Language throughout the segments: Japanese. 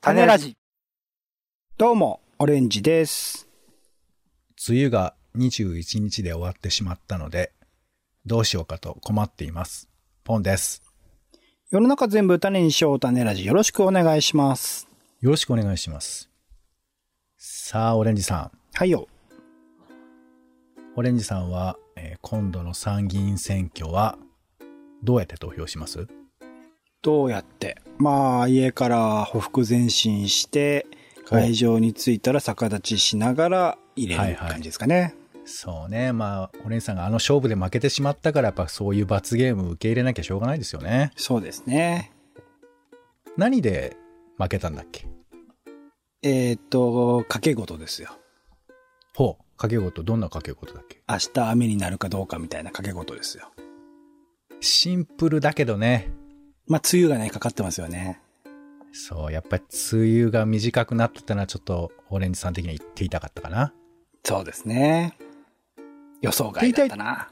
種ラジ。どうも、オレンジです。 梅雨が21日で終わってしまったので、どうしようかと困っています。ポンです。 世の中全部種にしよう種ラジ。よろしくお願いします。 よろしくお願いします。さあ、オレンジさん。 はいよ。 オレンジさんは、今度の参議院選挙はどうやって投票します？ どうやって？まあ、家からほふ前進して、会場に着いたら逆立ちしながら入れる感じですかね。 そうね。まあ、オレンジさんが勝負で負けてしまったから、やっぱそういう罰ゲーム受け入れなきゃしょうがないですよね。 そうですね。 何で負けたんだっけ？ 賭け事ですよ。 ほう。賭け事、どんな賭け事だっけ？ 明日雨になるかどうかみたいな賭け事ですよ。 シンプルだけどね。 まあ、梅雨がね、かかってますよね。 そう、やっぱり梅雨が短くなったってのはちょっとオレンジさん的には言っていたかったかな。 そうですね。予想外だったな。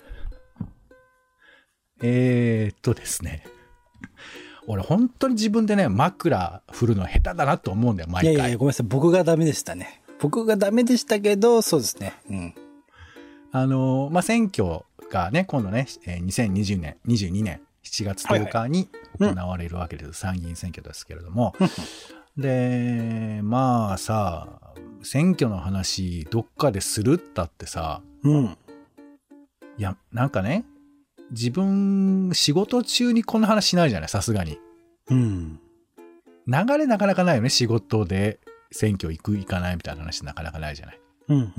ですね。俺本当に自分でね、枕振るの下手だなと思うんだよ、毎回。 いやいや、ごめんなさい。僕がダメでしたね。僕がダメでしたけど、そうですね。うん。 まあ、選挙がね、今度ね、2020年、22年7月10日に行われるわけです。参議院選挙ですけれども。で、まあさ、選挙の話どっかでするったってさ、 うん。 いや、なんかね、自分、仕事中にこんな話しないじゃない、さすがに。 うん。 流れなかなかないよね、仕事で選挙行く、行かないみたいな話なかなかないじゃない。 うん、うん、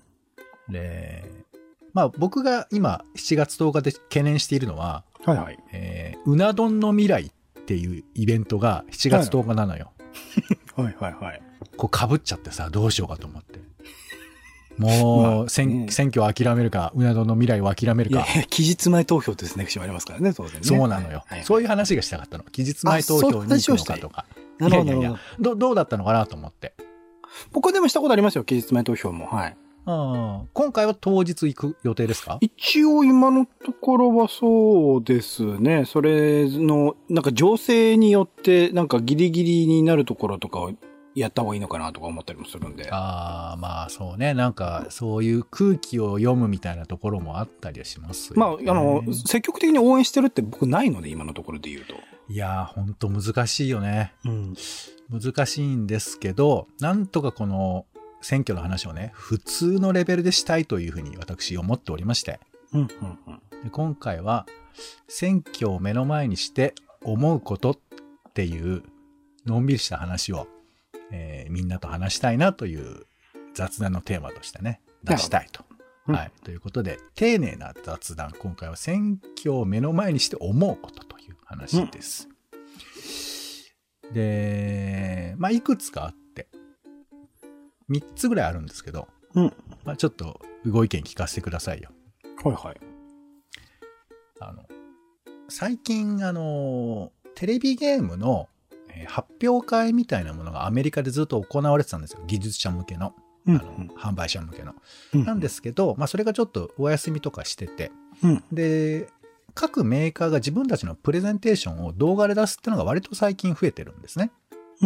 うん。で、まあ僕が今7月10日で懸念しているのは、 はいはい。 うな丼の未来っていうイベントが7月10日なのよ。 はいはいはい。 こう被っちゃってさ、どうしようかと思って。もう、選挙を諦めるか、うな丼の未来を諦めるか。 いや、期日前投票って選択肢もありますからね、当然ね。 そうなのよ、はいはい。そういう話がしたかったの。期日前投票に行くのかとか。 なるほど。いやいやいや、どうだったのかなと思って。 僕はでもしたことありますよ、期日前投票も。はい。 今回は当日行く予定ですか？ 一応今のところはそうですね。それの、なんか情勢によって、なんかギリギリになるところとかをやった方がいいのかなとか思ったりもするんで。 まあそうね。なんかそういう空気を読むみたいなところもあったりはしますよね。 まあ、積極的に応援してるって僕ないので、今のところで言うと。 いやー、ほんと難しいよね。 うん。 難しいんですけど、なんとかこの選挙の話をね、普通のレベルでしたいというふうに私思っておりまして。 うんうんうん。 で今回は、選挙を目の前にして思うことっていう、のんびりした話を、みんなと話したいなという雑談のテーマとしてね、出したいと。はい。ということで、丁寧な雑談。今回は選挙を目の前にして思うことという話です。で、まあ、いくつかあって、3つぐらいあるんですけど、まあ、ちょっとご意見聞かせてくださいよ。 はいはい。 最近、テレビゲームの発表会みたいなものがアメリカでずっと行われてたんですよ。技術者向けの。販売者向けの。なんですけど、まあ、それがちょっとお休みとかしてて、で、各メーカーが自分たちのプレゼンテーションを動画で出すっていうのが割と最近増えてるんですね。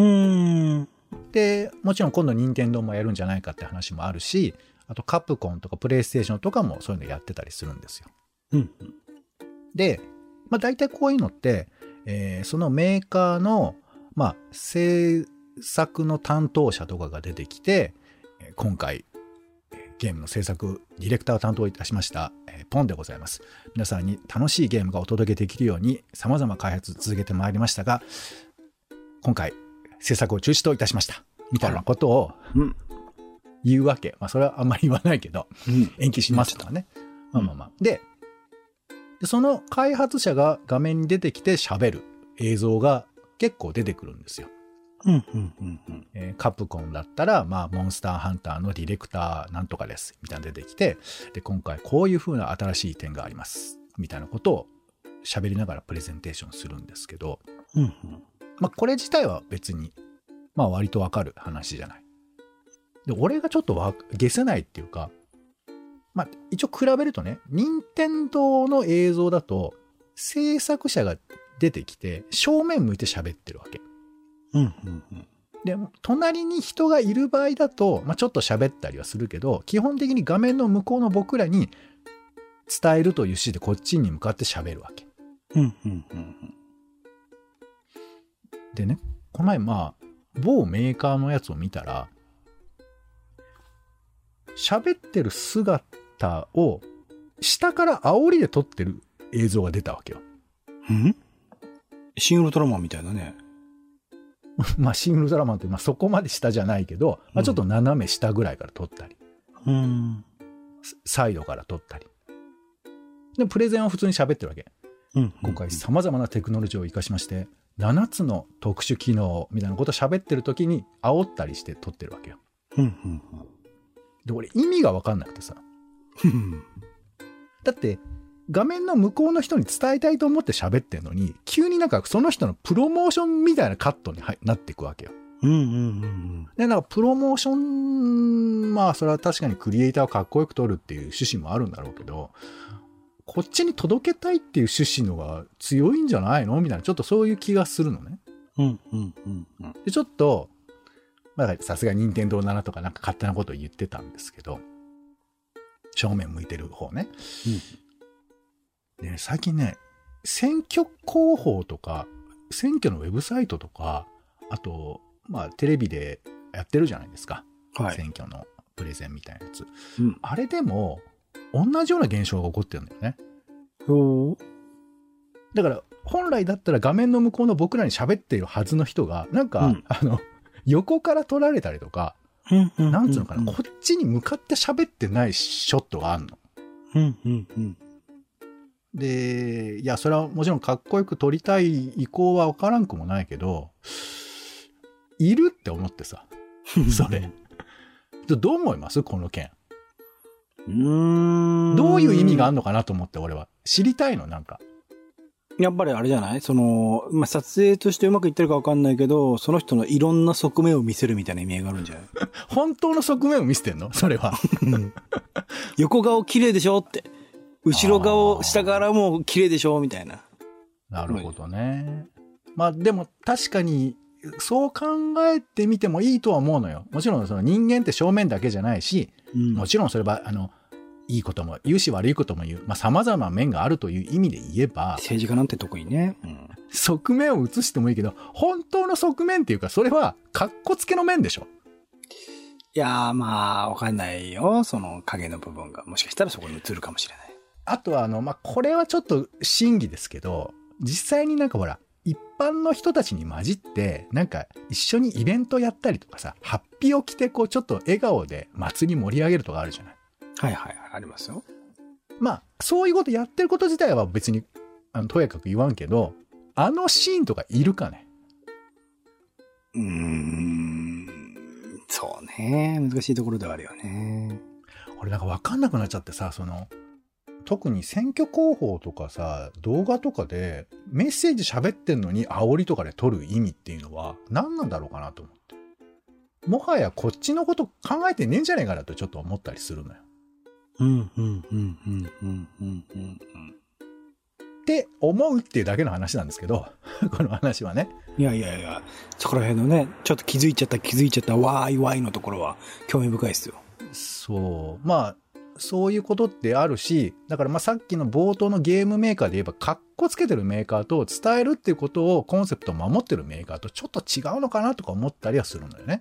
で、もちろん今度任天堂もやるんじゃないかって話もあるし、あとカプコンとかプレイステーションとかもそういうのやってたりするんですよ。で、まあ大体こういうのって、そのメーカーの、まあ制作の担当者とかが出てきて、今回、ゲームの制作ディレクターを担当いたしました、ポンでございます。皆さんに楽しいゲームがお届けできるように様々開発続けてまいりましたが、今回制作を中止といたしました。みたいなことを言うわけ。まあそれはあんまり言わないけど、延期しますとかね。で、その開発者が画面に出てきて喋る映像が結構出てくるんですよ。カプコンだったら、まあ、モンスターハンターのディレクターなんとかです。みたいなの出てきて、で、今回こういう風な新しい点があります。みたいなことを喋りながらプレゼンテーションするんですけど、まあ、これ自体は別に、まあ、割とわかる話じゃない。で、俺がちょっと消せないっていうか、まあ、一応比べるとね、任天堂の映像だと、制作者が出てきて、正面向いて喋ってるわけ。 で、隣に人がいる場合だと、まあ、ちょっと喋ったりはするけど、基本的に画面の向こうの僕らに伝えるという趣旨でこっちに向かって喋るわけ。でね、この前某メーカーのやつを見たら、喋ってる姿を下から煽りで撮ってる映像が出たわけよ。 シン・ウルトラマンみたいなね。 まあ、シン・ウルトラマンって、まあ、そこまで下じゃないけど、まあ、ちょっと斜め下ぐらいから撮ったり、サイドから撮ったり。で、プレゼンを普通に喋ってるわけ。今回様々なテクノロジーを活かしまして、7つの特殊機能みたいなことを喋ってる時に煽ったりして撮ってるわけよ。で、俺意味がわかんなくてさ。だって、画面の向こうの人に伝えたいと思って喋ってんのに、急になんかその人のプロモーションみたいなカットになっていくわけよ。で、なんかプロモーション、まあそれは確かにクリエイターをかっこよく撮るっていう趣旨もあるんだろうけど、こっちに届けたいっていう趣旨のが強いんじゃないのみたいな、ちょっとそういう気がするのね。で、ちょっと、まあさすが任天堂7とかなんか勝手なことを言ってたんですけど、正面向いてる方ね。でね、最近ね、選挙広報とか、選挙のウェブサイトとか、あと、まあテレビでやってるじゃないですか。選挙のプレゼンみたいなやつ。あれでも、同じような現象が起こってるんだよね。だから、本来だったら画面の向こうの僕らに喋っているはずの人が、なんか、横から撮られたりとか、なんつうのかな、こっちに向かって喋ってないショットがあるの。で、いや、それはもちろんかっこよく撮りたい意向はわからんくもないけど、いるって思ってさ、それ。どう思いますこの件。どういう意味があるのかなと思って俺は。知りたいのなんか。 やっぱりあれじゃないまあ、撮影としてうまくいってるかわかんないけど、その人のいろんな側面を見せるみたいな意味合いがあるんじゃない本当の側面を見せてんのそれは。 横顔綺麗でしょって。後ろ顔、下からも綺麗でしょみたいな。 なるほどね。まあでも確かに、そう考えてみてもいいとは思うのよ。もちろんその人間って正面だけじゃないし、もちろんそれは、いいことも言うし悪いことも言う。まあ様々な面があるという意味で言えば。 政治家なんて特にね。 側面を映してもいいけど、本当の側面っていうか、それは、かっこつけの面でしょ。 いやー、まあ、わかんないよ。その影の部分が。もしかしたらそこに映るかもしれない。 あとは、まあ、これはちょっと真偽ですけど、実際になんかほら、一般の人たちに混じって、なんか一緒にイベントやったりとかさ、ハッピーを着てこうちょっと笑顔で祭り盛り上げるとかあるじゃない。 ありますよ。 まあ、そういうことやってること自体は別に、とやかく言わんけど、あのシーンとかいるかね。 そうね。難しいところではあるよね。 俺なんかわかんなくなっちゃってさ、特に選挙広報とかさ、動画とかでメッセージ喋ってんのに煽りとかで撮る意味っていうのは何なんだろうかなと思って。もはやこっちのこと考えてねえんじゃねえかなとちょっと思ったりするのよ。って思うっていうだけの話なんですけど、この話はね。 いや、そこら辺のね、ちょっと気づいちゃったわーいのところは興味深いですよ。 そう。まあ、そういうことってあるし、だからまあさっきの冒頭のゲームメーカーで言えば、カッコつけてるメーカーと伝えるっていうことをコンセプトを守ってるメーカーとちょっと違うのかなとか思ったりはするのよね。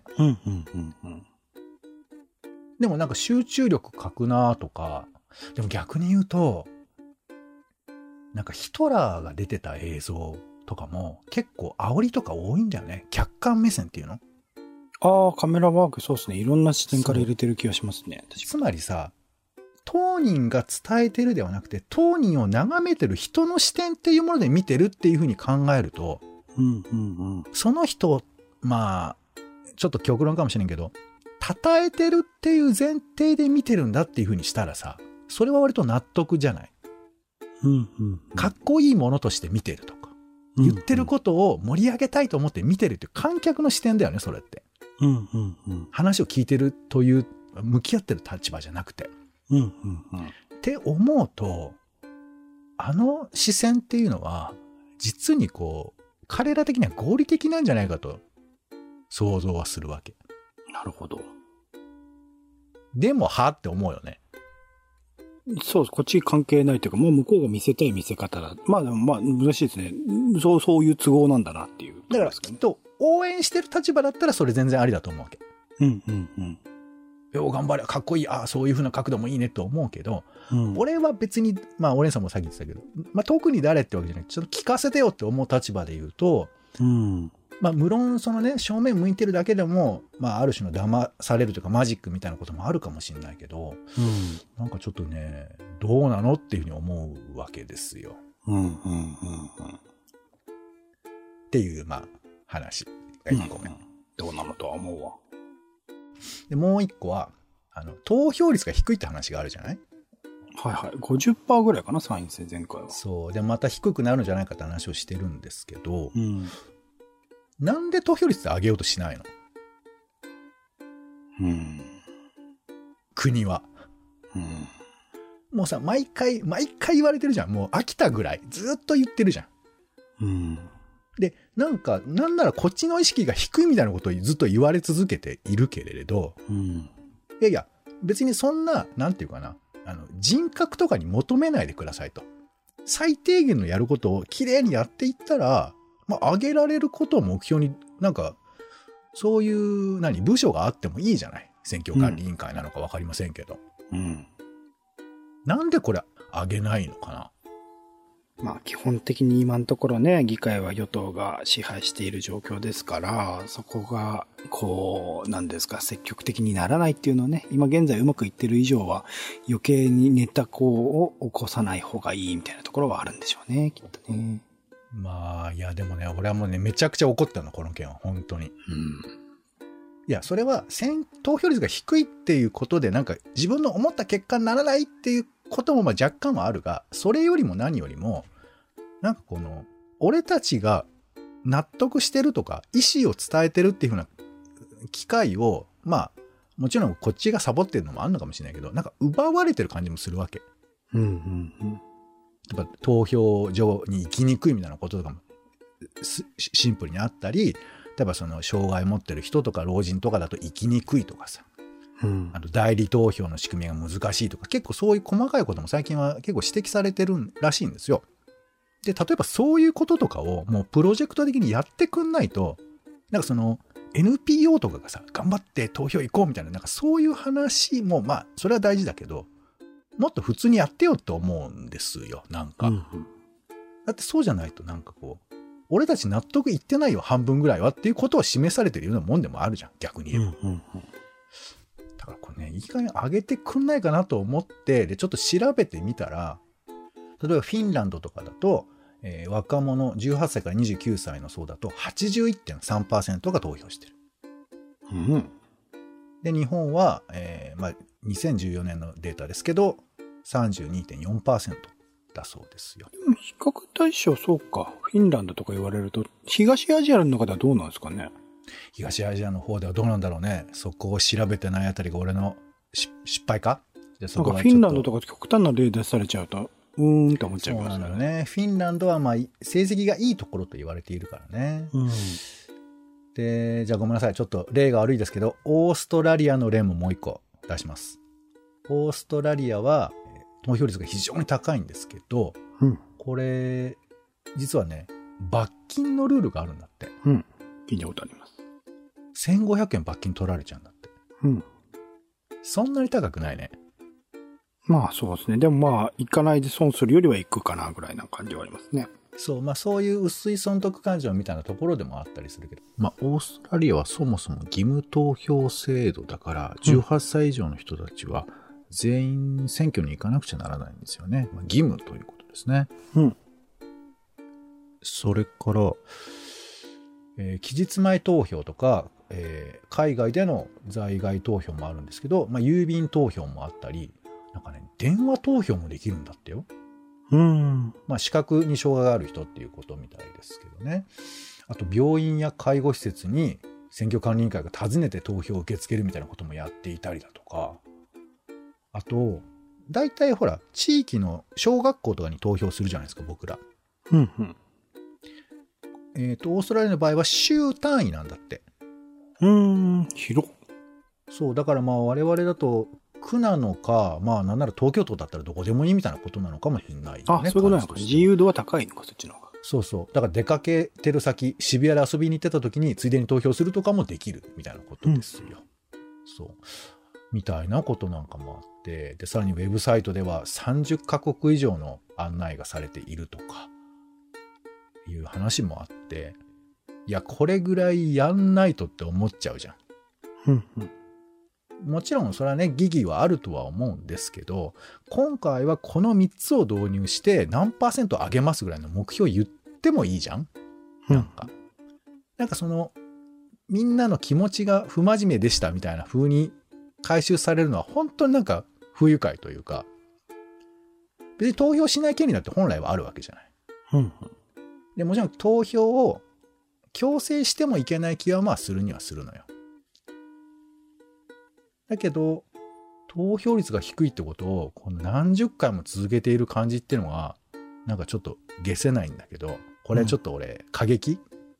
でもなんか集中力欠くなとか、でも逆に言うと、なんかヒトラーが出てた映像とかも結構煽りとか多いんだよね。客観目線っていうの？ カメラワークそうですね。いろんな視点から入れてる気がしますね。 つまりさ、当人が伝えてるではなくて、当人を眺めてる人の視点っていうもので見てるっていうふうに考えると、その人、まあ、ちょっと極論かもしれんけど、称えてるっていう前提で見てるんだっていうふうにしたらさ、それは割と納得じゃない。かっこいいものとして見てるとか、言ってることを盛り上げたいと思って見てるっていう観客の視点だよね、それって。話を聞いてるという、向き合ってる立場じゃなくて。って思うと、あの視線っていうのは、実にこう、彼ら的には合理的なんじゃないかと、 想像はするわけ。 なるほど。 でも、はって思うよね。 そう、こっち関係ないというか、もう向こうが見せたい見せ方だ。まあ、難しいですね。そういう都合なんだなっていう、ね。 だから、きっと、応援してる立場だったらそれ全然ありだと思うわけ。 うんうんうん。 よ、頑張れ、かっこいい、そういう風な角度もいいねと思うけど、 うん、 俺は別に、オレンさんもさっき言ってたけど、特に誰ってわけじゃない。ちょっと聞かせてよって思う立場で言うと、 うん、 無論そのね、正面向いてるだけでも、ある種の騙されるというかマジックみたいなこともあるかもしれないけど、なんかちょっとね、どうなのっていうふうに思うわけですよ。っていう、話が1個目。 どうなのとは思うわ。 で、もう1個は、投票率が低いって話があるじゃない？ はいはい。50% ぐらいかな、参院選前回は。 そう。で、また低くなるんじゃないかって話をしてるんですけど、なんで投票率上げようとしないの？国は。もうさ、毎回言われてるじゃん。もう飽きたぐらい。ずっと言ってるじゃん。で、なんならこっちの意識が低いみたいなことをずっと言われ続けているけれど、いや、別にそんな、なんていうかな、人格とかに求めないでくださいと。最低限のやることをきれいにやっていったら、上げられることを目標に、そういう、部署があってもいいじゃない。選挙管理委員会なのかわかりませんけど。なんでこれ上げないのかな。 基本的に今のところね、議会は与党が支配している状況ですから、そこが、積極的にならないっていうのはね、今現在うまくいってる以上は、余計にネタを起こさない方がいいみたいなところはあるんでしょうね、きっとね。 いや、でもね、俺はもうね、めちゃくちゃ怒ったの、この件は、本当に。いや、それは、投票率が低いっていうことで、自分の思った結果にならないっていうことも若干はあるが、それよりも何よりも、俺たちが納得してるとか、意思を伝えてるっていう風な機会を、もちろんこっちがサボってるのもあるのかもしれないけど、奪われてる感じもするわけ。やっぱ投票所に行きにくいみたいなこととかもシンプルにあったり、例えばその障害を持ってる人とか老人とかだと行きにくいとかさ、代理投票の仕組みが難しいとか、結構そういう細かいことも最近は結構指摘されてるらしいんですよ。で、例えばそういうこととかをもうプロジェクト的にやってくんないと、その NPO とかがさ、頑張って投票行こうみたいな、そういう話も、それは大事だけど、もっと普通にやってよって思うんですよ、だってそうじゃないと俺たち納得いってないよ、半分ぐらいはっていうことを示されてるようなもんでもあるじゃん、逆に言えば。だからこれね、いい加減上げてくんないかなと思って、で、ちょっと調べてみたら、例えばフィンランドとかだと、若者18歳から29歳の層だと 81.3% が投票してる。で、日本は、2014年のデータですけど、32.4% だそうですよ。 比較対象、そうか。フィンランドとか言われると、東アジアの中ではどうなんですかね。 東アジアの方ではどうなんだろうね。そこを調べてないあたりが俺の失敗か？ フィンランドとか極端な例出されちゃうと、って思っちゃいますよね。フィンランドは成績がいいところと言われているからね。で、じゃあごめんなさい。ちょっと例が悪いですけど、オーストラリアの例ももう一個出します。オーストラリアは投票率が非常に高いんですけど、これ、実はね、罰金のルールがあるんだって。 聞いたことあります。 1500円罰金取られちゃうんだって。そんなに高くないね。 そうですね。でも行かないで損するよりは行くかなぐらいな感じはありますね。 そう、そういう薄い損得感情みたいなところでもあったりするけど。オーストラリアはそもそも義務投票制度だから、18歳以上の人たちは全員選挙に行かなくちゃならないんですよね。義務ということですね。それから、期日前投票とか、海外での在外投票もあるんですけど、郵便投票もあったり、電話投票もできるんだってよ。視覚に障害がある人っていうことみたいですけどね。あと病院や介護施設に選挙管理委員会が訪ねて投票を受け付けるみたいなこともやっていたりだとか、あと大体ほら地域の小学校とかに投票するじゃないですか、僕ら。オーストラリアの場合は州単位なんだって。 広。 そう、だからまあ我々だと、区なのか、まあなんなら東京都だったらどこでもいいみたいなことなのかもしれないよね。 あ、そういうことなのか。自由度は高いのか、そっちの方が。 そうそう。だから出かけてる先、渋谷で遊びに行ってた時に、ついでに投票するとかもできるみたいなことですよ。そう。みたいなことなんかもあって、で、さらにウェブサイトでは30カ国以上の案内がされているとか、いう話もあって、いや、これぐらいやんないとって思っちゃうじゃん。もちろんそれはね、疑義はあるとは思うんですけど、今回はこの3つを導入して何%上げますぐらいの目標言ってもいいじゃん。なんかその、みんなの気持ちが不真面目でしたみたいな風に回収されるのは本当になんか不愉快というか、別に投票しない権利だって本来はあるわけじゃない。でもちろん投票を強制してもいけない気はまあするにはするのよ。だけど、投票率が低いってことをこの何十回も続けている感じっていうのは、なんかちょっと解せないんだけど、これちょっと俺、過激？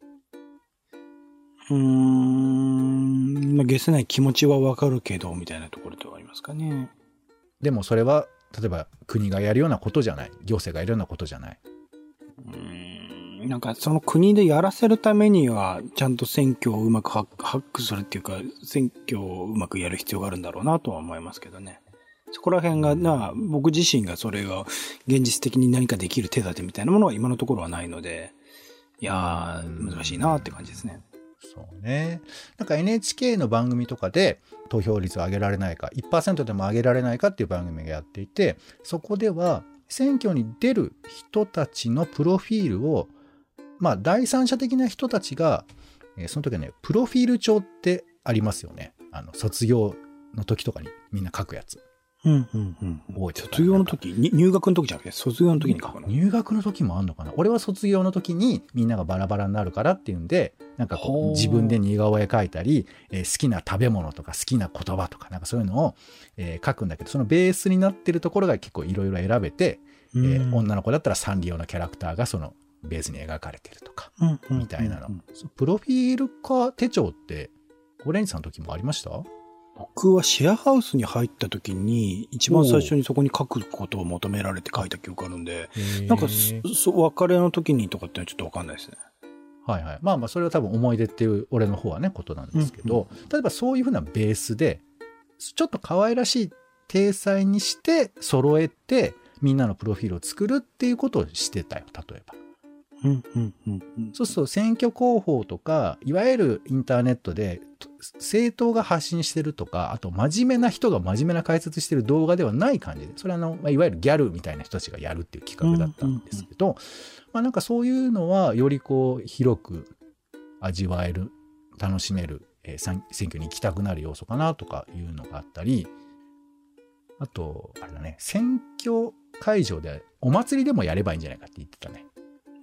解せない気持ちはわかるけど、みたいなところではありますかね。 でもそれは、例えば国がやるようなことじゃない。行政がやるようなことじゃない。 なんかその国でやらせるためには、ちゃんと選挙をうまくハックするっていうか、選挙をうまくやる必要があるんだろうなとは思いますけどね。そこら辺が、僕自身がそれが現実的に何かできる手立てみたいなものは今のところはないので、いやー、難しいなって感じですね。 そうね。なんか NHK の番組とかで投票率を上げられないか、1% でも上げられないかっていう番組がやっていて、そこでは選挙に出る人たちのプロフィールを、まあ第三者的な人たちが、その時はね、プロフィール帳ってありますよね。卒業の時とかにみんな書くやつ。 卒業の時入学の時じゃなくて卒業の時に書くの？ 入学の時もあんのかな。俺は卒業の時にみんながバラバラになるからっていうんで、なんかこう自分で似顔絵描いたり、好きな食べ物とか好きな言葉とかなんかそういうのを、書くんだけど、そのベースになってるところが結構いろいろ選べて、女の子だったらサンリオのキャラクターがそのベースに描かれてるとか、みたいなの。プロフィール化手帳ってオレンジさんの時もありました？ 僕はシェアハウスに入った時に一番最初にそこに書くことを求められて書いた記憶あるんで、なんか別れの時にとかってのはちょっとわかんないですね。 はいはい。まあまあそれは多分思い出っていう俺の方はねことなんですけど、例えばそういうふうなベースでちょっと可愛らしい体裁にして揃えてみんなのプロフィールを作るっていうことをしてたよ、例えば。そうすると選挙広報とかいわゆるインターネットで政党が発信してるとか、あと真面目な人が真面目な解説してる動画ではない感じで、それはいわゆるギャルみたいな人たちがやるっていう企画だったんですけど、まあなんかそういうのはよりこう広く味わえる、楽しめる、選挙に行きたくなる要素かなとかいうのがあったり、あとあれだね、選挙会場でお祭りでもやればいいんじゃないかって言ってたね。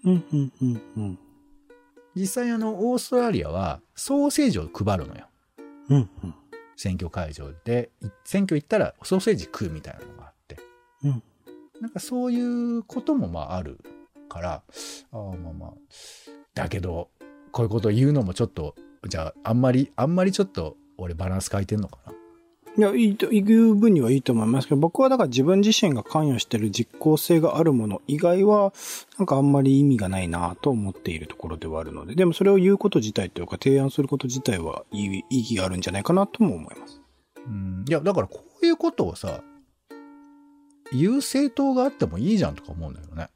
実際オーストラリアはソーセージを配るのよ。選挙会場で選挙行ったらソーセージ食うみたいなのがあって、なんかそういうこともまああるから、だけどこういうことを言うのもちょっとじゃああんまりちょっと俺バランス欠いてんのかな。 いや、言う分にはいいと思いますけど、僕はだから自分自身が関与している実効性があるもの以外は、なんかあんまり意味がないなと思っているところではあるので、でもそれを言うこと自体というか提案すること自体は意義があるんじゃないかなとも思います。 いや、だからこういうことをさ、言う政党があってもいいじゃんとか思うんだよね。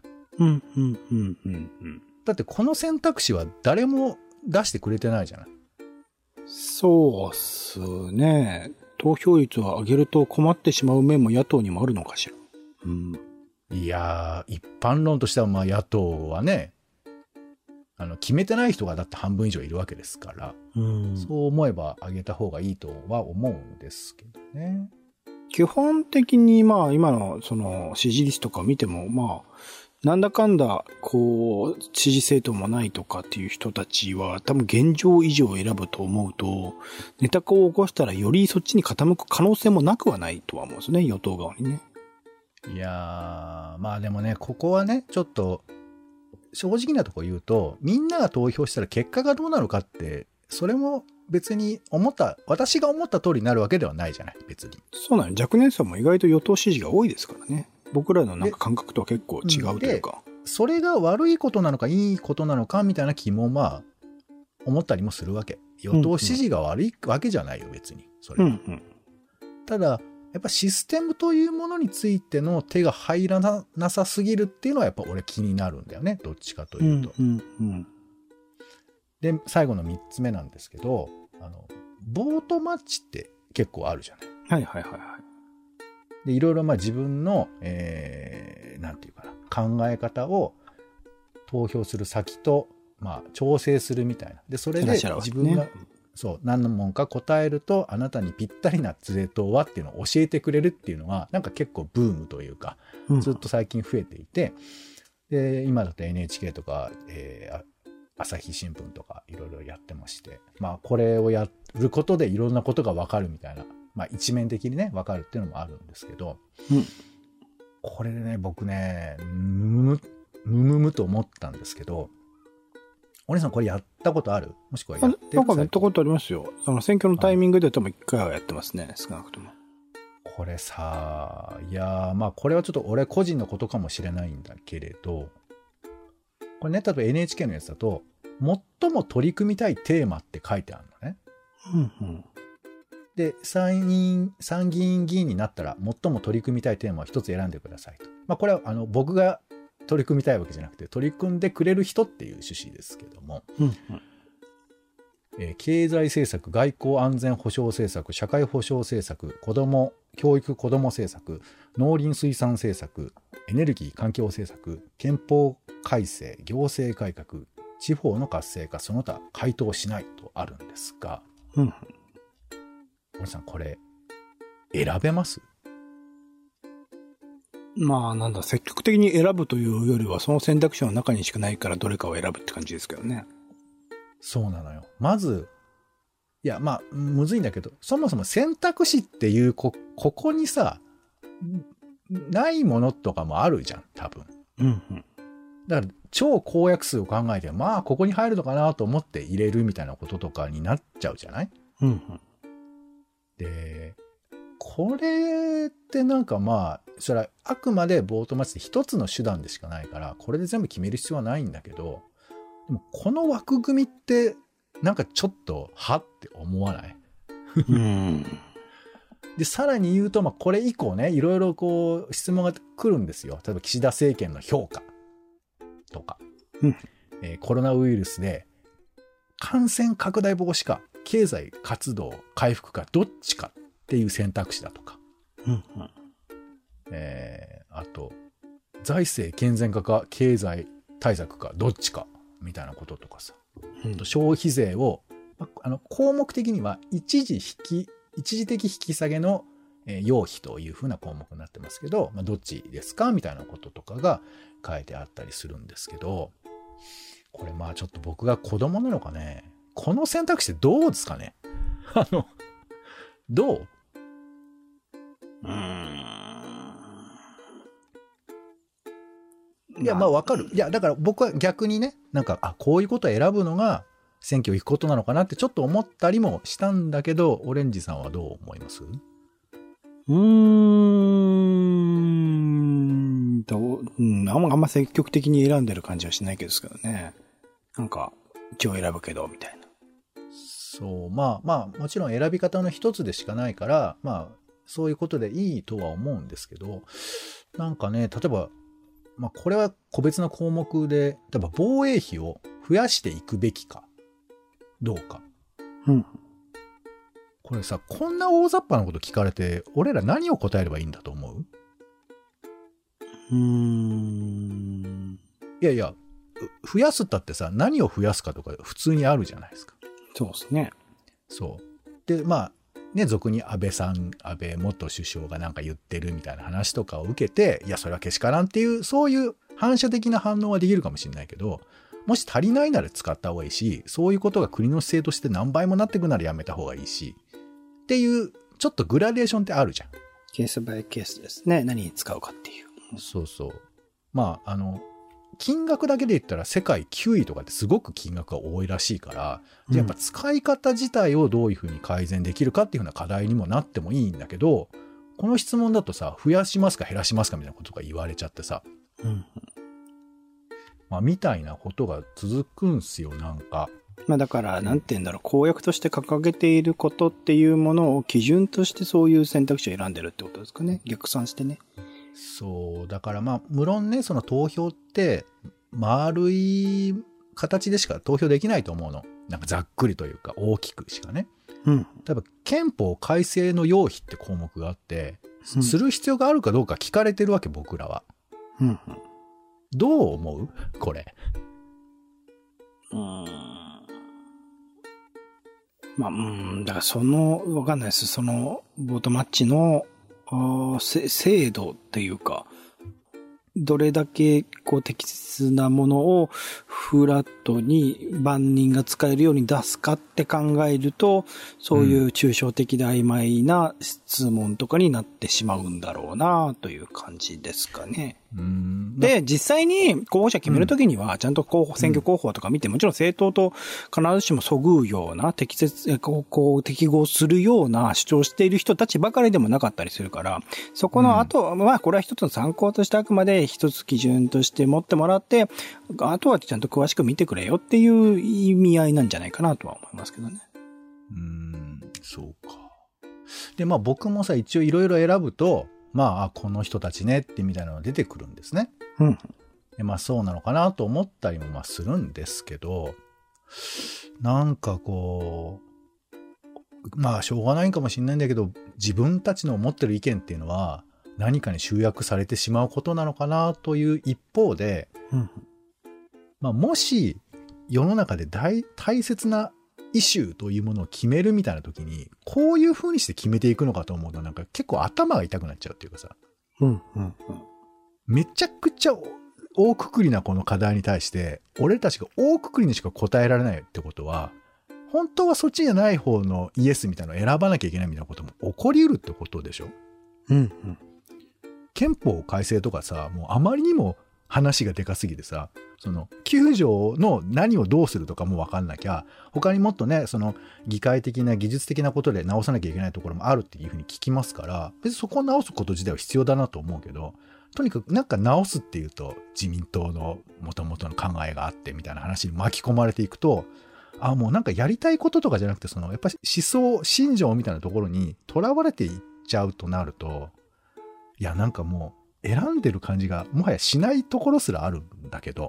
だってこの選択肢は誰も出してくれてないじゃない。 そうっすね。投票率を上げると困ってしまう面も野党にもあるのかしら。 いやー、一般論としてはまあ野党はね、決めてない人がだって半分以上いるわけですから、そう思えば上げた方がいいとは思うんですけどね。 基本的にまあ今のその支持率とか見てもまあなんだかんだこう支持政党もないとかっていう人たちは多分現状以上を選ぶと思うとネタ化を起こしたらよりそっちに傾く可能性もなくはないとは思うんですね、与党側にね。 いやー、まあでもね、ここはねちょっと正直なところ言うと、みんなが投票したら結果がどうなるかってそれも別に私が思った通りになるわけではないじゃない、別に。 そうなの。若年層も意外と与党支持が多いですからね。僕らのなんか感覚とは結構違うというか。 それが悪いことなのかいいことなのかみたいな気も思ったりもするわけ。与党支持が悪いわけじゃないよ、別に。それは。ただ、やっぱシステムというものについての手が入らなさすぎるっていうのはやっぱ俺気になるんだよね。どっちかというと。で、最後の3つ目なんですけど、ボートマッチって結構あるじゃない。 はいはいはいはい。 で、いろいろ自分の、なんていうかな、考え方を投票する先と、調整するみたいな。で、それで自分が、そう、何の問か答えると、あなたにぴったりなツレ党はっていうのを教えてくれるっていうのは、なんか結構ブームというか、ずっと最近増えていて、で、今だと NHK とか、朝日新聞とかいろいろやってまして、これをやることでいろんなことがわかるみたいな、一面的にね、わかるっていうのもあるんですけど、これでね、僕ね、むむと思ったんですけど、お姉さんこれやったことある？もしくはやってる？ なんかやったことありますよ。選挙のタイミングで多分1回はやってますね、少なくとも。 これさ、いやこれはちょっと俺個人のことかもしれないんだけれど、これね、例えば NHK のやつだと、最も取り組みたいテーマって書いてあるのね。で、参議院議員になったら、最も取り組みたいテーマを一つ選んでくださいと。これは僕が取り組みたいわけじゃなくて、取り組んでくれる人っていう趣旨ですけども、経済政策、外交安全保障政策、社会保障政策、教育子ども政策、農林水産政策、エネルギー環境政策、憲法改正、行政改革、地方の活性化、その他回答しないとあるんですが、森さんこれ選べます？ 積極的に選ぶというよりは、その選択肢の中にしかないからどれかを選ぶって感じですけどね。 そうなのよ。まず、いや、むずいんだけど、そもそも選択肢っていう、ここにさ、ないものとかもあるじゃん、多分。だから、超公約数を考えて、ここに入るのかなと思って入れるみたいなこととかになっちゃうじゃない？で、これってそれはあくまでボートマッチで一つの手段でしかないから、これで全部決める必要はないんだけど、でもこの枠組みってちょっとって思わない？で、さらに言うと、これ以降ね、いろいろ質問が来るんですよ。例えば岸田政権の評価とか、コロナウイルスで感染拡大防止か経済活動回復かどっちかっていう選択肢だとか、あと財政健全化か経済対策かどっちかみたいなこととかさ、消費税を項目的には一時的引き下げの要否というふうな項目になってますけど、どっちですかみたいなこととかが書いてあったりするんですけど、これちょっと僕が子供なのかね、この選択肢ってどうですかね？どう？いや、わかる。いや、だから僕は逆にね、こういうことを選ぶのが選挙行くことなのかなってちょっと思ったりもしたんだけど、オレンジさんはどう思います？ あんま積極的に選んでる感じはしないけどですけどね。一応選ぶけど、みたいな。 そう、もちろん選び方の一つでしかないから、そういうことでいいとは思うんですけど、例えば、これは個別の項目で、例えば防衛費を増やしていくべきか、どうか。これさ、こんな大雑把なこと聞かれて、俺ら何を答えればいいんだと思う？いや、増やすったってさ、何を増やすかとか普通にあるじゃないですか。 そうですね。 そう。で、俗に安倍元首相が言ってるみたいな話とかを受けて、いや、それはけしからんっていう、そういう反射的な反応はできるかもしれないけど、もし足りないなら使った方がいいし、そういうことが国の姿勢として何倍もなっていくならやめた方がいいし、っていう、ちょっとグラデーションってあるじゃん。ケースバイケースですね。何に使うかっていう。 そうそう。 金額だけで言ったら世界9位とかってすごく金額が多いらしいから、やっぱ使い方自体をどういうふうに改善できるかっていうふうな課題にもなってもいいんだけど、この質問だとさ、増やしますか減らしますかみたいなことが言われちゃってさ、まあ、みたいなことが続くんすよ、なんか。 まあだから、なんて言うんだろう、公約として掲げていることっていうものを基準としてそういう選択肢を選んでるってことですかね。逆算してね。 そう。だからまあ、無論ね、その投票って、丸い形でしか投票できないと思うの。なんかざっくりというか、大きくしかね。 うん。 例えば、憲法改正の要否って項目があって、する必要があるかどうか聞かれてるわけ、僕らは。 うん。 どう思う？これ。 まあ、だからわかんないです。その、ボートマッチの、制度っていうか、どれだけこう適切なものをフラットに万人が使えるように出すかって考えると、そういう抽象的で曖昧な質問とかになってしまうんだろうなという感じですかね。で、実際に候補者決めるときには、ちゃんと選挙候補とか見て、もちろん政党と必ずしもそぐうような、適合するような主張している人たちばかりでもなかったりするから、そこの後、まあ、これは一つの参考としてあくまで一つ基準として持ってもらって、あとはちゃんと詳しく見てくれよっていう意味合いなんじゃないかなとは思いますけどね。 そうか。で、まあ僕もさ、一応いろいろ選ぶと、まあ、この人たちねってみたいなのが出てくるんですね。でまあそうなのかなと思ったりもまあするんですけど、なんかこう、まあしょうがないかもしれないんだけど、自分たちの思ってる意見っていうのは何かに集約されてしまうことなのかなという一方で、まあもし世の中で大切なイシューというものを決めるみたいな時に、こういう風にして決めていくのかと思うと、なんか結構頭が痛くなっちゃうっていうかさ。めちゃくちゃ大括りなこの課題に対して、俺たちが大括りにしか答えられないってことは、本当はそっちじゃない方のイエスみたいなのを選ばなきゃいけないみたいなことも起こり得るってことでしょ。憲法改正とかさ、もうあまりにも話がでかすぎてさ、その9条の何をどうするとかも分かんなきゃ、他にもっとね、その議会的な技術的なことで直さなきゃいけないところもあるっていうふうに聞きますから、別にそこを直すこと自体は必要だなと思うけど、とにかくなんか直すっていうと自民党の元々の考えがあってみたいな話に巻き込まれていくと、もうなんかやりたいこととかじゃなくて、そのやっぱり思想、信条みたいなところにとらわれていっちゃうとなると、いやなんかもう選んでる感じがもはやしないところすらあるんだけど、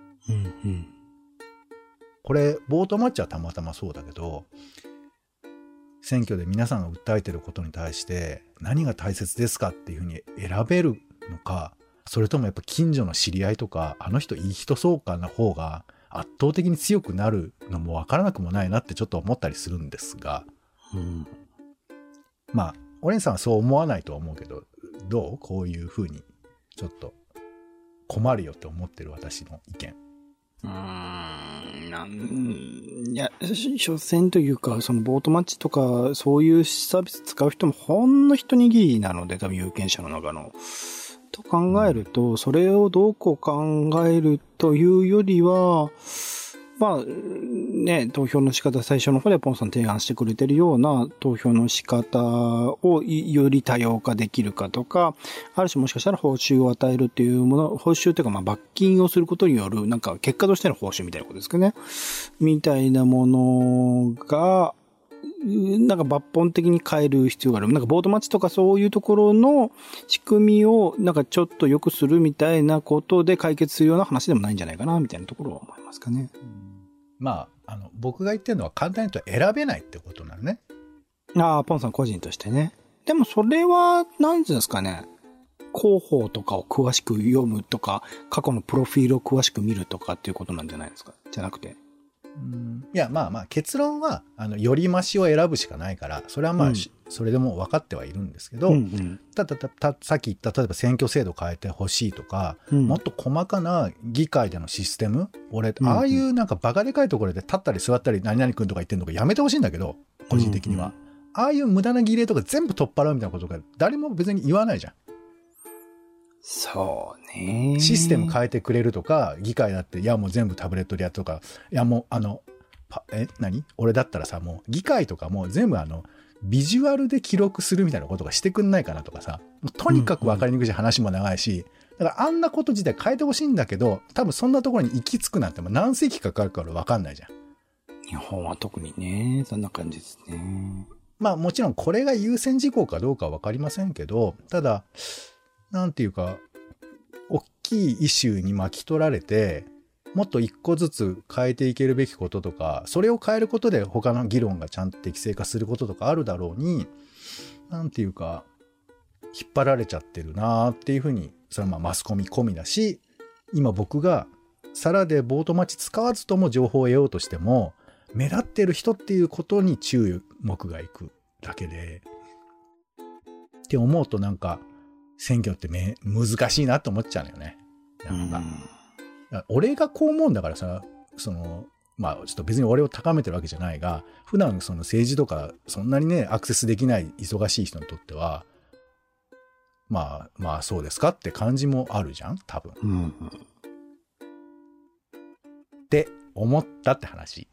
これボートマッチはたまたまそうだけど、選挙で皆さんが訴えてることに対して何が大切ですかっていうふうに選べるのか、それともやっぱ近所の知り合いとか、あの人いい人そうかな方が圧倒的に強くなるのも分からなくもないなってちょっと思ったりするんですが、まあオレンさんはそう思わないとは思うけど、どう？こういうふうにちょっと困るよって思ってる私の意見。 いや、所詮というか、そのボートマッチとか、そういうサービス使う人もほんの一握りなので、多分有権者の中の。と考えると、それをどうこう考えるというよりは、まあ、ね、投票の仕方、最初の方でポンさん提案してくれてるような投票の仕方をより多様化できるかとか、ある種もしかしたら報酬を与えるっていうもの、報酬というかまあ罰金をすることによる、なんか結果としての報酬みたいなことですかね。みたいなものが、なんか抜本的に変える必要がある。なんかボートマッチとかそういうところの仕組みをなんかちょっと良くするみたいなことで解決するような話でもないんじゃないかなみたいなところは思いますかね。 まあ、僕が言ってるのは簡単に言うと選べないってことなのね。 ポンさん個人としてね。でもそれは、なんていうんですかね。広報とかを詳しく読むとか、過去のプロフィールを詳しく見るとかっていうことなんじゃないですか。じゃなくて。 いや、まあ結論は、より増しを選ぶしかないから、それはまあ、それでも分かってはいるんですけど、さっき言った、例えば選挙制度変えてほしいとか、もっと細かな議会でのシステム、ああいうなんかバカでかいところで立ったり座ったり何々君とか言ってんのかやめてほしいんだけど、個人的には。ああいう無駄な儀礼とか全部取っ払うみたいなことが誰も別に言わないじゃん。 そうね。 システム変えてくれるとか、議会だって、いやもう全部タブレットでやっとか、いやもう俺だったらさ、もう議会とかも全部ビジュアルで記録するみたいなことがしてくんないかなとかさ、とにかく分かりにくいし話も長いし、だからあんなこと自体変えてほしいんだけど、多分そんなところに行き着くなんてもう何世紀かかるから分かんないじゃん。 日本は特にね、そんな感じですね。 まあもちろんこれが優先事項かどうかは分かりませんけど、ただ、なんていうか、大きいイシューに巻き取られて、もっと一個ずつ変えていけるべきこととか、それを変えることで他の議論がちゃんと適正化することとかあるだろうに、なんていうか、引っ張られちゃってるなーっていうふうに、それはまあマスコミ込みだし、今僕が皿でボート待ち使わずとも情報を得ようとしても、目立ってる人っていうことに注目がいくだけで、って思うとなんか、選挙って難しいなと思っちゃうのよね。なんか、俺がこう思うんだからさ、まあちょっと別に俺を高めてるわけじゃないが、普段その政治とかそんなにね、アクセスできない忙しい人にとっては、まあそうですかって感じもあるじゃん多分。って思ったって話。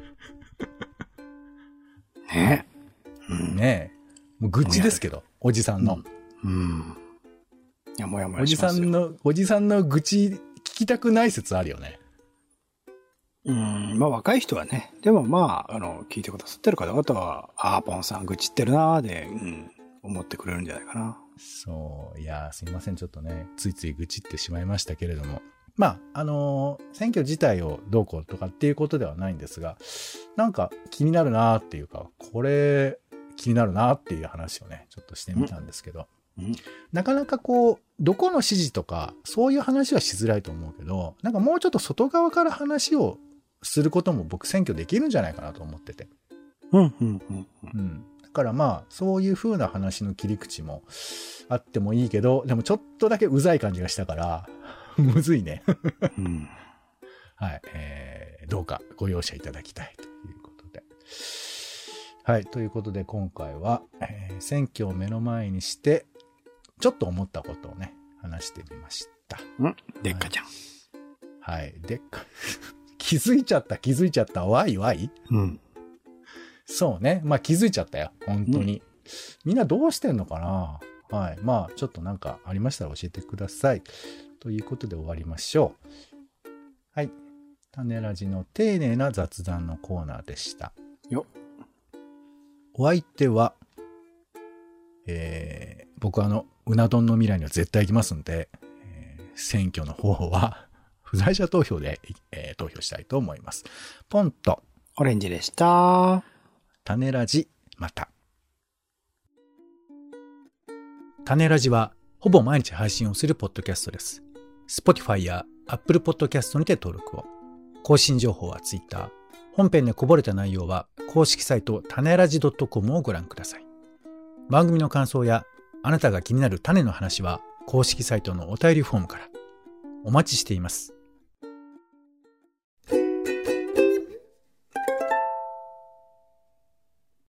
ねねえ。もう愚痴ですけど、おじさんの。 いや、もやもやしますよ。 おじさんの愚痴聞きたくない説あるよね。 まあ若い人はね、でもまあ、聞いてくださってる方々は、ポンさん愚痴ってるなーで、思ってくれるんじゃないかな。 そう、いや、すいません、ちょっとね、ついつい愚痴ってしまいましたけれども。まあ、選挙自体をどうこうとかっていうことではないんですが、なんか気になるなーっていうか、これ気になるなーっていう話をね、ちょっとしてみたんですけど、なかなかこう、どこの支持とか、そういう話はしづらいと思うけど、なんかもうちょっと外側から話をすることも僕選挙できるんじゃないかなと思ってて。だからまあ、そういう風な話の切り口もあってもいいけど、でもちょっとだけうざい感じがしたから、むずいね。はい、どうかご容赦いただきたいということで。はい、ということで今回は、選挙を目の前にして、ちょっと思ったことをね、話してみました。 でっかちゃん。 はい、でっか。気づいちゃった。わい。そうね。まあ気づいちゃったよ。本当に。みんなどうしてんのかな？はい。まあちょっとなんかありましたら教えてください。ということで終わりましょう。はい。種ラジの丁寧な雑談のコーナーでした。お相手は、僕うな丼の未来には絶対行きますんで、選挙の方は不在者投票で、投票したいと思います。ポンとオレンジでした。 種ラジまた。種ラジはほぼ毎日配信をするポッドキャストです。Spotify や Apple Podcast にて登録を。更新情報は Twitter。本編でこぼれた内容は公式サイト種ラジ .com をご覧ください。番組の感想やあなたが気になる種の話は公式サイトのお便りフォームから。お待ちしています。